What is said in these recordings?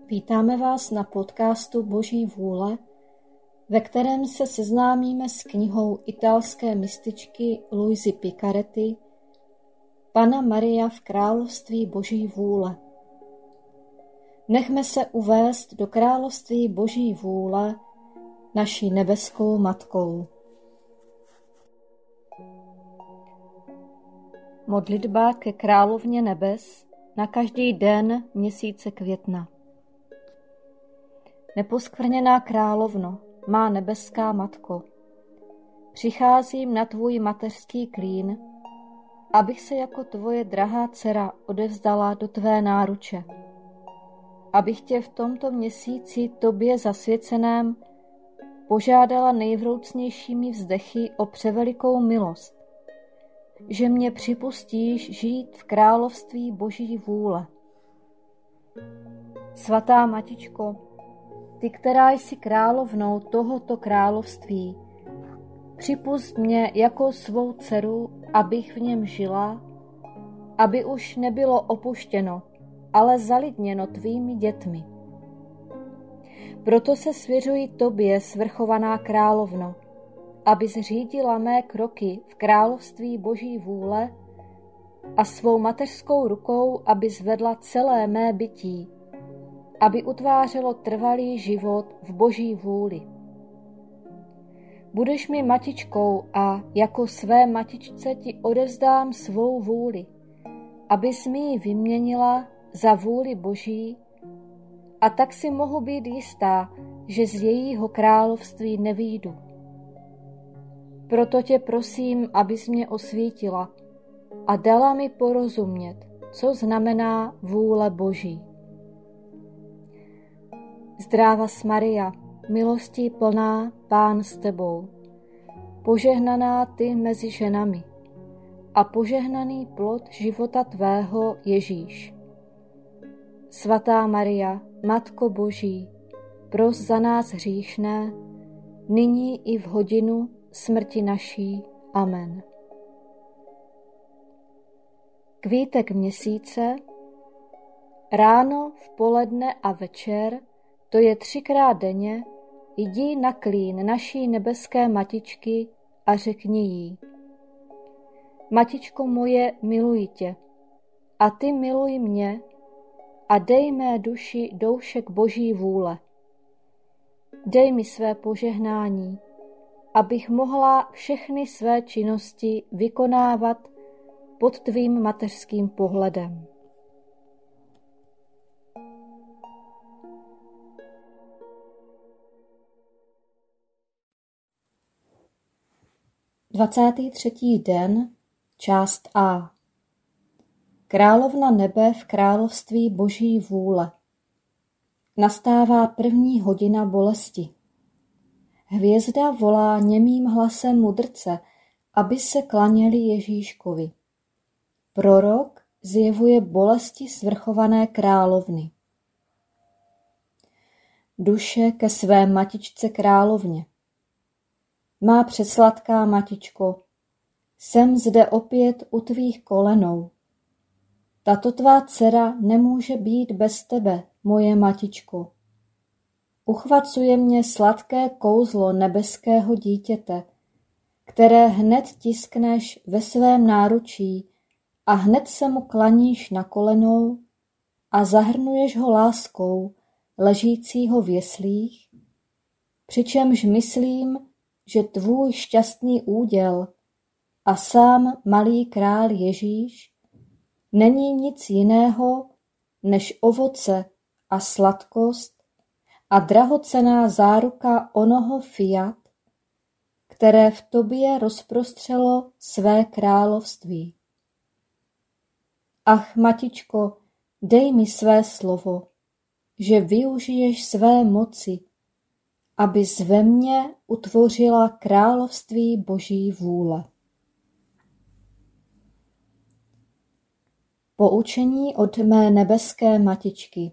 Vítáme vás na podcastu Boží vůle, ve kterém se seznámíme s knihou italské mističky Luisy Picaretti Panna Maria v království Boží vůle. Nechme se uvést do království Boží vůle naší nebeskou matkou. Modlitba ke královně nebes na každý den měsíce května. Neposkvrněná královno, má nebeská matko, přicházím na tvůj mateřský klín, abych se jako tvoje drahá dcera odevzdala do tvé náruče, abych tě v tomto měsíci tobě zasvěceném požádala nejvroucnějšími vzdechy o převelikou milost, že mě připustíš žít v království Boží vůle. Svatá Matičko, ty, která jsi královnou tohoto království, připusť mě jako svou dceru, abych v něm žila, aby už nebylo opuštěno, ale zalidněno tvými dětmi. Proto se svěřuji tobě, svrchovaná královno, abys řídila mé kroky v království Boží vůle a svou mateřskou rukou abys vedla celé mé bytí, aby utvářelo trvalý život v Boží vůli. Budeš mi matičkou a jako své matičce ti odevzdám svou vůli, abys mi ji vyměnila za vůli Boží, a tak si mohu být jistá, že z jejího království nevyjdu. Proto tě prosím, abys mě osvítila a dala mi porozumět, co znamená vůle Boží. Zdrávas Maria, milostí plná, Pán s tebou, požehnaná ty mezi ženami a požehnaný plod života tvého Ježíš. Svatá Maria, Matko Boží, pros za nás hříšné, nyní i v hodinu smrti naší. Amen. Kvítek měsíce, ráno, v poledne a večer, to je 3krát denně, jdi na klín naší nebeské matičky a řekni jí: Matičko moje, miluji tě, a ty miluj mě, a dej mé duši doušek Boží vůle. Dej mi své požehnání, abych mohla všechny své činnosti vykonávat pod tvým mateřským pohledem. Dvacátý třetí den, část A. Královna nebe v království Boží vůle. Nastává první hodina bolesti. Hvězda volá němým hlasem mudrce, aby se klaněli Ježíškovi. Prorok zjevuje bolesti svrchované královny. Duše ke své matičce královně. Má předsladká matičko, jsem zde opět u tvých kolenou. Tato tvá dcera nemůže být bez tebe, moje matičko. Uchvacuje mě sladké kouzlo nebeského dítěte, které hned tiskneš ve svém náručí a hned se mu klaníš na kolenou a zahrnuješ ho láskou ležícího v jeslích, přičemž myslím, že tvůj šťastný úděl a sám malý král Ježíš není nic jiného než ovoce a sladkost a drahocenná záruka onoho fiat, které v tobě rozprostřelo své království. Ach, matičko, dej mi své slovo, že využiješ své moci, abys ve mně utvořila království Boží vůle. Poučení od mé nebeské matičky.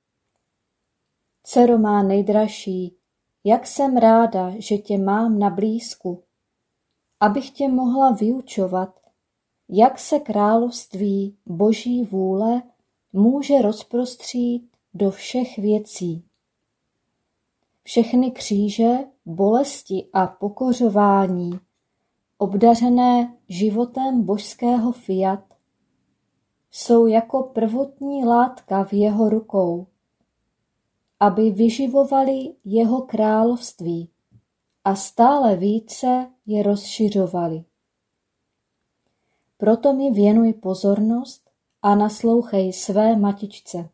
Dcero má nejdražší, jak jsem ráda, že tě mám na blízku, abych tě mohla vyučovat, jak se království Boží vůle může rozprostřít do všech věcí. Všechny kříže, bolesti a pokořování, obdařené životem božského fiat, jsou jako prvotní látka v jeho rukou, aby vyživovali jeho království a stále více je rozšiřovali. Proto mi věnuj pozornost a naslouchej své matičce.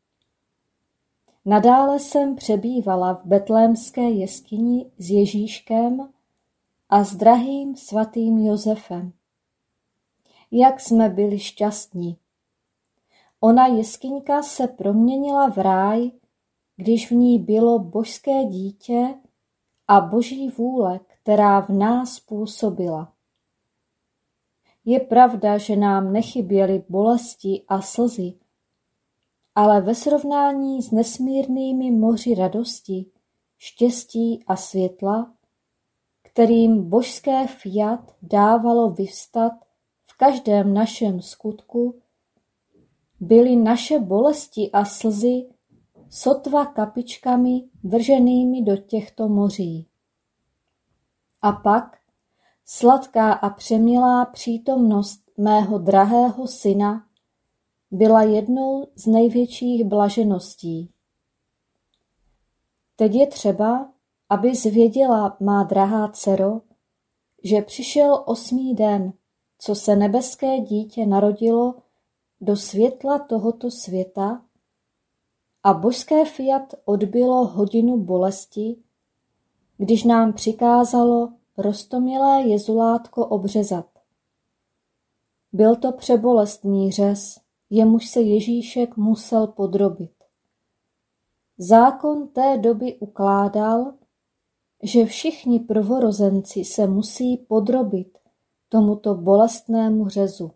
Nadále jsem přebývala v betlémské jeskyni s Ježíškem a s drahým svatým Josefem. Jak jsme byli šťastní. Ona jeskyňka se proměnila v ráj, když v ní bylo božské dítě a boží vůle, která v nás působila. Je pravda, že nám nechyběly bolesti a slzy, ale ve srovnání s nesmírnými moři radosti, štěstí a světla, kterým božské fiat dávalo vyvstat v každém našem skutku, byly naše bolesti a slzy sotva kapičkami vrženými do těchto moří. A pak sladká a přemilá přítomnost mého drahého syna byla jednou z největších blažeností. Teď je třeba, aby zvěděla má drahá dcero, že přišel 8. den, co se nebeské dítě narodilo do světla tohoto světa a božské fiat odbylo hodinu bolesti, když nám přikázalo roztomilé jezulátko obřezat. Byl to přebolestný řez, jemuž se Ježíšek musel podrobit. Zákon té doby ukládal, že všichni prvorozenci se musí podrobit tomuto bolestnému řezu.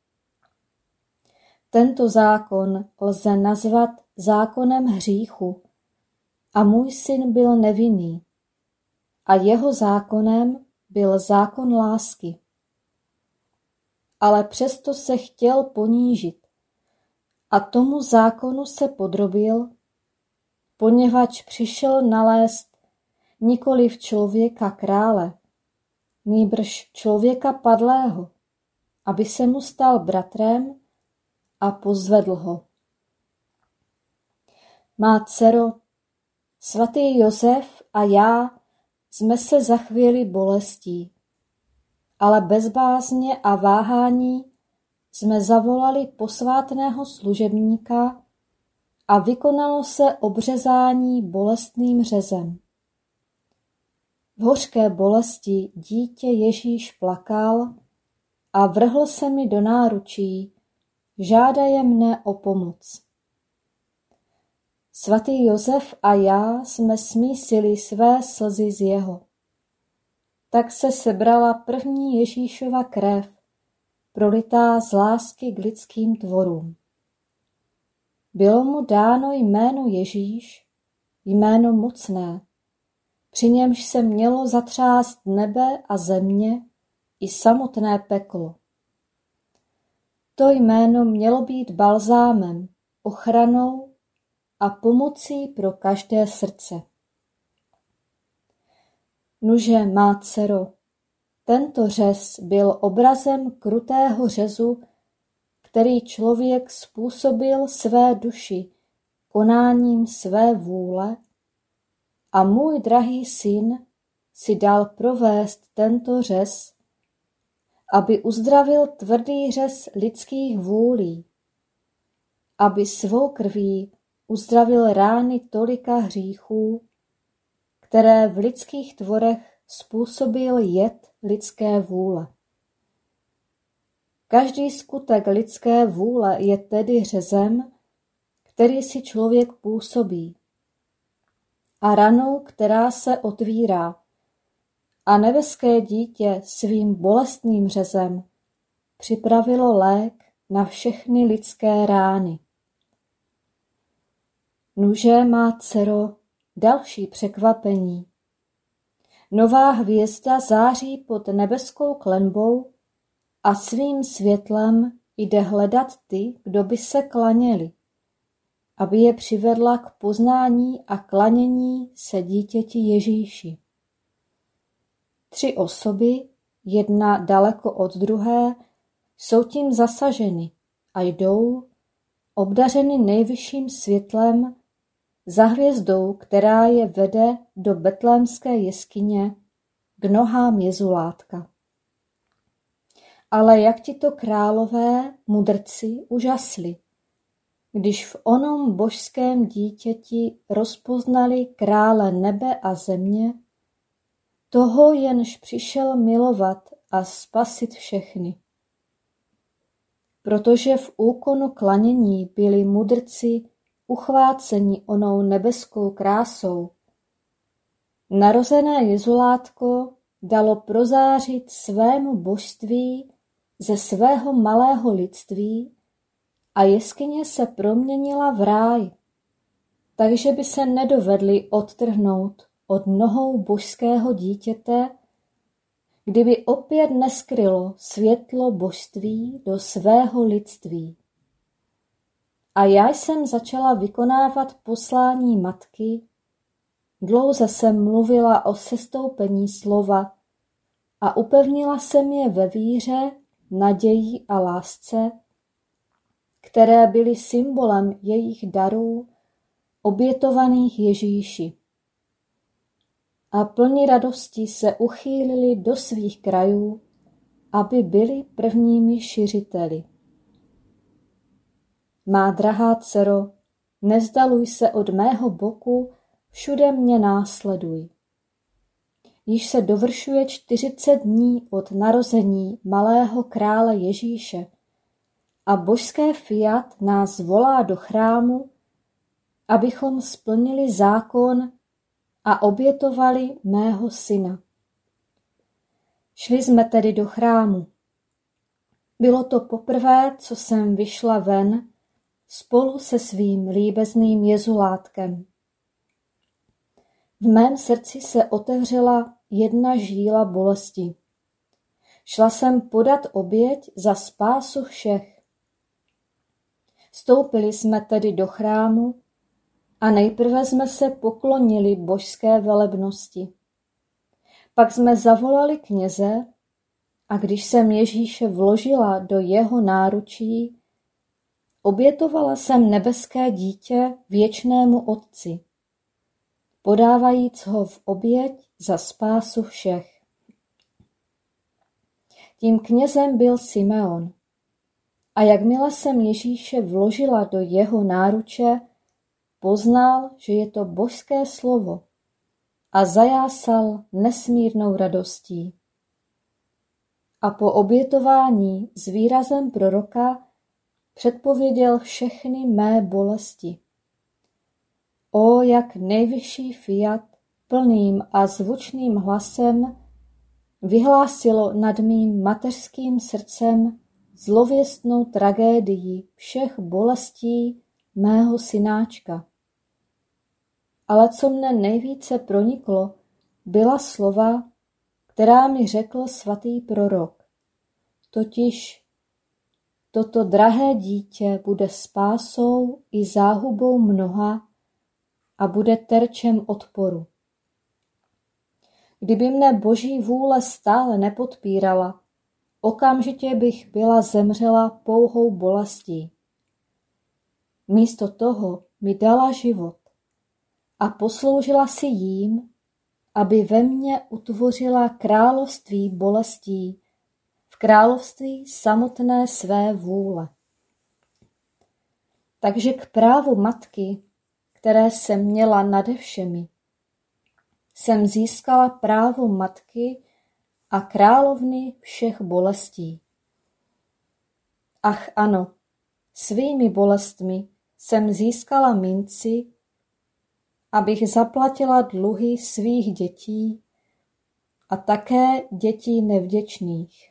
Tento zákon lze nazvat zákonem hříchu a můj syn byl nevinný a jeho zákonem byl zákon lásky. Ale přesto se chtěl ponížit a tomu zákonu se podrobil, poněvadž přišel nalézt nikoliv člověka krále, nýbrž člověka padlého, aby se mu stal bratrem a pozvedl ho. Má dcero, svatý Josef a já jsme se zachvěli bolestí, ale bez bázně a váhání jsme zavolali posvátného služebníka a vykonalo se obřezání bolestným řezem. V hořké bolesti dítě Ježíš plakal a vrhl se mi do náručí, žádaje mne o pomoc. Svatý Josef a já jsme smísili své slzy z jeho. Tak se sebrala první Ježíšova krev, prolitá z lásky k lidským tvorům. Bylo mu dáno jméno Ježíš, jméno mocné, při němž se mělo zatřást nebe a země i samotné peklo. To jméno mělo být balzámem, ochranou a pomocí pro každé srdce. Nuže, má dcero, tento řez byl obrazem krutého řezu, který člověk způsobil své duši konáním své vůle, a můj drahý syn si dal provést tento řez, aby uzdravil tvrdý řez lidských vůlí, aby svou krví uzdravil rány tolika hříchů, které v lidských tvorech způsobil jed lidské vůle. Každý skutek lidské vůle je tedy řezem, který si člověk působí, a ranou, která se otvírá, a nebeské dítě svým bolestným řezem připravilo lék na všechny lidské rány. Nuže, má dcero, další překvapení. Nová hvězda září pod nebeskou klenbou a svým světlem jde hledat ty, kdo by se klaněli. aby je přivedla k poznání a klanění se dítěti Ježíši. 3 osoby, jedna daleko od druhé, jsou tím zasaženy a jdou, obdařeny nejvyšším světlem, za hvězdou, která je vede do betlémské jeskyně k nohám Jezulátka. Ale jak tito králové, mudrci, užasli, když v onom božském dítěti rozpoznali krále nebe a země, toho jenž přišel milovat a spasit všechny. Protože v úkonu klanění byli mudrci uchváceni onou nebeskou krásou, narozené Jezulátko dalo prozářit svému božství ze svého malého lidství a jeskyně se proměnila v ráj, takže by se nedovedli odtrhnout od nohou božského dítěte, kdyby opět neskrylo světlo božství do svého lidství. A já jsem začala vykonávat poslání matky, dlouze jsem mluvila o sestoupení slova a upevnila jsem je ve víře, naději a lásce, které byly symbolem jejich darů, obětovaných Ježíši. A plní radosti se uchýlili do svých krajů, aby byli prvními šiřiteli. Má drahá dcero, nevzdaluj se od mého boku, všude mě následuj. Již se dovršuje 40 dní od narození malého krále Ježíše a božské fiat nás volá do chrámu, abychom splnili zákon a obětovali mého syna. Šli jsme tedy do chrámu. Bylo to poprvé, co jsem vyšla ven spolu se svým líbezným Jezulátkem. V mém srdci se otevřela jedna žíla bolesti. Šla jsem podat oběť za spásu všech. Vstoupili jsme tedy do chrámu a nejprve jsme se poklonili božské velebnosti. Pak jsme zavolali kněze a když jsem Ježíše vložila do jeho náručí, obětovala jsem nebeské dítě věčnému Otci, podávajíc ho v oběť za spásu všech. Tím knězem byl Simeon. A jakmile jsem Ježíše vložila do jeho náruče, poznal, že je to božské slovo a zajásal nesmírnou radostí. A po obětování s výrazem proroka předpověděl všechny mé bolesti. O, jak nejvyšší fiat plným a zvučným hlasem vyhlásilo nad mým mateřským srdcem zlověstnou tragédii všech bolestí mého synáčka. Ale co mne nejvíce proniklo, byla slova, která mi řekl svatý prorok. Totiž toto drahé dítě bude spásou i záhubou mnoha a bude terčem odporu. Kdyby mne boží vůle stále nepodpírala, okamžitě bych byla zemřela pouhou bolestí. Místo toho mi dala život a posloužila si jím, aby ve mně utvořila království bolestí, v království samotné své vůle. Takže k právu matky, které jsem měla nade všemi, jsem získala právo matky a královny všech bolestí. Ach ano, svými bolestmi jsem získala minci, abych zaplatila dluhy svých dětí a také dětí nevděčných.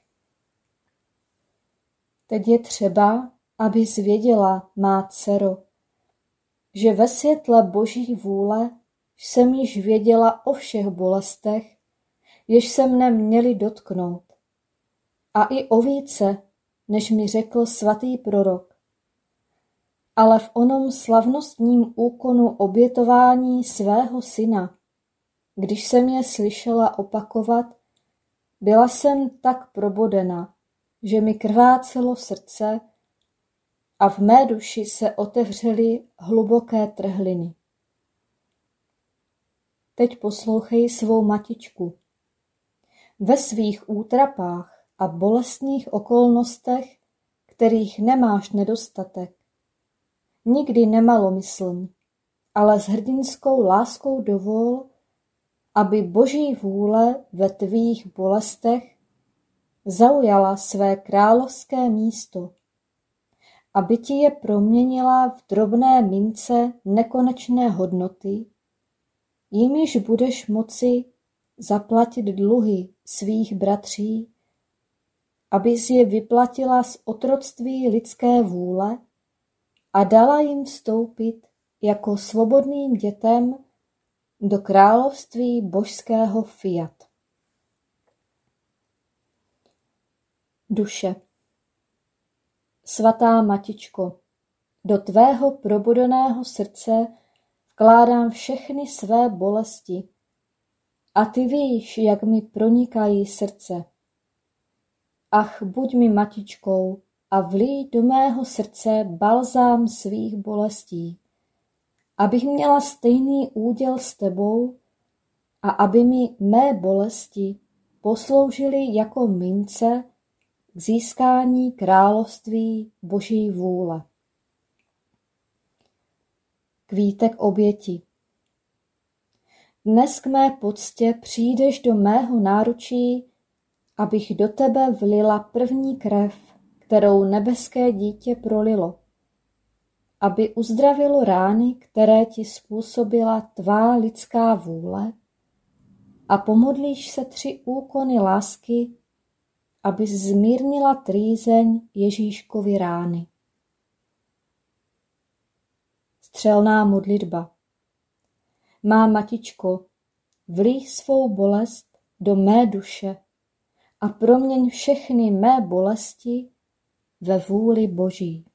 Teď je třeba, abys věděla, má dcero, že ve světle boží vůle jsem již věděla o všech bolestech, jež se mne měly dotknout. A i o více, než mi řekl svatý prorok. Ale v onom slavnostním úkonu obětování svého syna, když jsem je slyšela opakovat, byla jsem tak probodena, že mi krvácelo srdce a v mé duši se otevřely hluboké trhliny. Teď poslouchej svou matičku. Ve svých útrapách a bolestných okolnostech, kterých nemáš nedostatek, nikdy nemalomyslň, ale s hrdinskou láskou dovol, aby Boží vůle ve tvých bolestech zaujala své královské místo, aby ti je proměnila v drobné mince nekonečné hodnoty, jimiž budeš moci zaplatit dluhy svých bratří, abys je vyplatila z otroctví lidské vůle a dala jim vstoupit jako svobodným dětem do království božského fiat. Duše. Svatá Matičko, do tvého probudeného srdce vkládám všechny své bolesti a ty víš, jak mi pronikají srdce. Ach, buď mi matičkou a vlij do mého srdce balzám svých bolestí, abych měla stejný úděl s tebou a aby mi mé bolesti posloužily jako mince k získání království Boží vůle. Kvítek oběti. Dnes k mé poctě přijdeš do mého náručí, abych do tebe vlila první krev, kterou nebeské dítě prolilo, aby uzdravilo rány, které ti způsobila tvá lidská vůle, a pomodlíš se 3 úkony lásky, abys zmírnila trýzeň Ježíškovy rány. Střelná modlitba. Má matičko, vlij svou bolest do mé duše a proměň všechny mé bolesti ve vůli Boží.